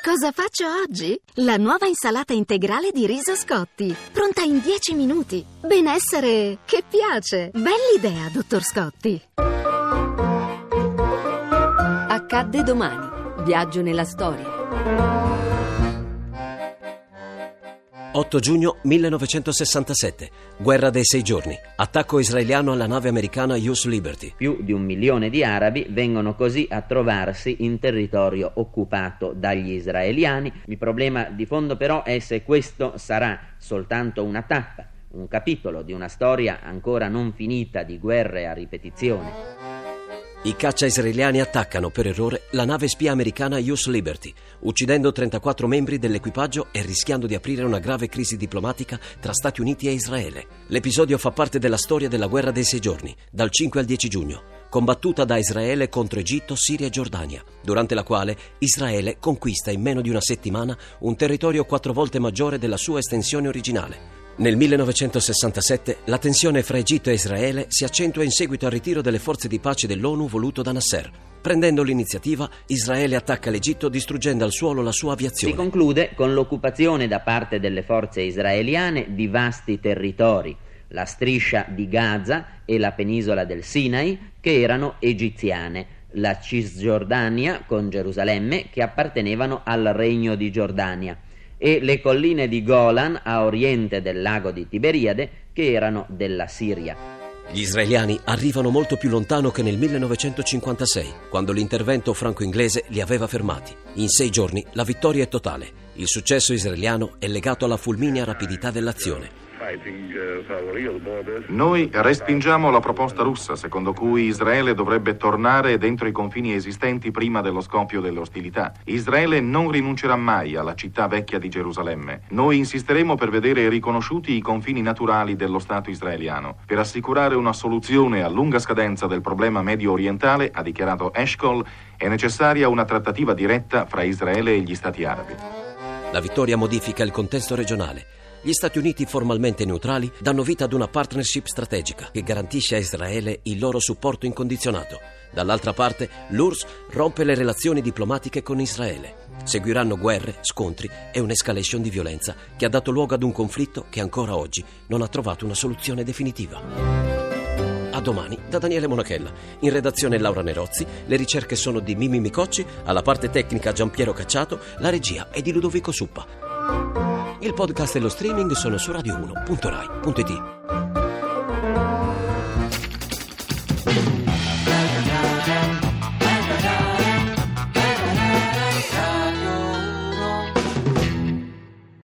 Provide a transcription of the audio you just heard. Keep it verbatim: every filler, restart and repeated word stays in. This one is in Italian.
Cosa faccio oggi? La nuova insalata integrale di riso Scotti, pronta in dieci minuti. Benessere che piace. Bell'idea, dottor Scotti. Accadde domani. Viaggio nella storia. otto giugno millenovecentosessantasette. Guerra dei sei giorni. Attacco israeliano alla nave americana U S Liberty. Più di un milione di arabi vengono così a trovarsi in territorio occupato dagli israeliani. Il problema di fondo però è se questo sarà soltanto una tappa, un capitolo di una storia ancora non finita di guerre a ripetizione. I caccia israeliani attaccano per errore la nave spia americana U S Liberty, uccidendo trentaquattro membri dell'equipaggio e rischiando di aprire una grave crisi diplomatica tra Stati Uniti e Israele. L'episodio fa parte della storia della guerra dei sei giorni, dal cinque al dieci giugno, combattuta da Israele contro Egitto, Siria e Giordania, durante la quale Israele conquista in meno di una settimana un territorio quattro volte maggiore della sua estensione originale. Nel millenovecentosessantasette la tensione fra Egitto e Israele si accentua in seguito al ritiro delle forze di pace dell'ONU voluto da Nasser. Prendendo l'iniziativa, Israele attacca l'Egitto distruggendo al suolo la sua aviazione. Si conclude con l'occupazione da parte delle forze israeliane di vasti territori, la striscia di Gaza e la penisola del Sinai, che erano egiziane, la Cisgiordania con Gerusalemme, che appartenevano al Regno di Giordania, e le colline di Golan a oriente del lago di Tiberiade, che erano della Siria. Gli israeliani arrivano molto più lontano che nel millenovecentocinquantasei, quando l'intervento franco-inglese li aveva fermati. In sei giorni la vittoria è totale. Il successo israeliano è legato alla fulminea rapidità dell'azione. Noi respingiamo la proposta russa secondo cui Israele dovrebbe tornare dentro i confini esistenti prima dello scoppio delle ostilità. Israele non rinuncerà mai alla città vecchia di Gerusalemme. Noi insisteremo per vedere riconosciuti i confini naturali dello Stato israeliano. Per assicurare una soluzione a lunga scadenza del problema medio orientale, ha dichiarato Eshkol, è necessaria una trattativa diretta fra Israele e gli Stati arabi. La vittoria modifica il contesto regionale. Gli Stati Uniti, formalmente neutrali, danno vita ad una partnership strategica che garantisce a Israele il loro supporto incondizionato. Dall'altra parte, l'U R S S rompe le relazioni diplomatiche con Israele. Seguiranno guerre, scontri e un'escalation di violenza che ha dato luogo ad un conflitto che ancora oggi non ha trovato una soluzione definitiva. A domani da Daniele Monachella. In redazione Laura Nerozzi, le ricerche sono di Mimì Micocci, alla parte tecnica Giampiero Cacciato, la regia è di Ludovico Suppa. Il podcast e lo streaming sono su radio uno punto rai punto it.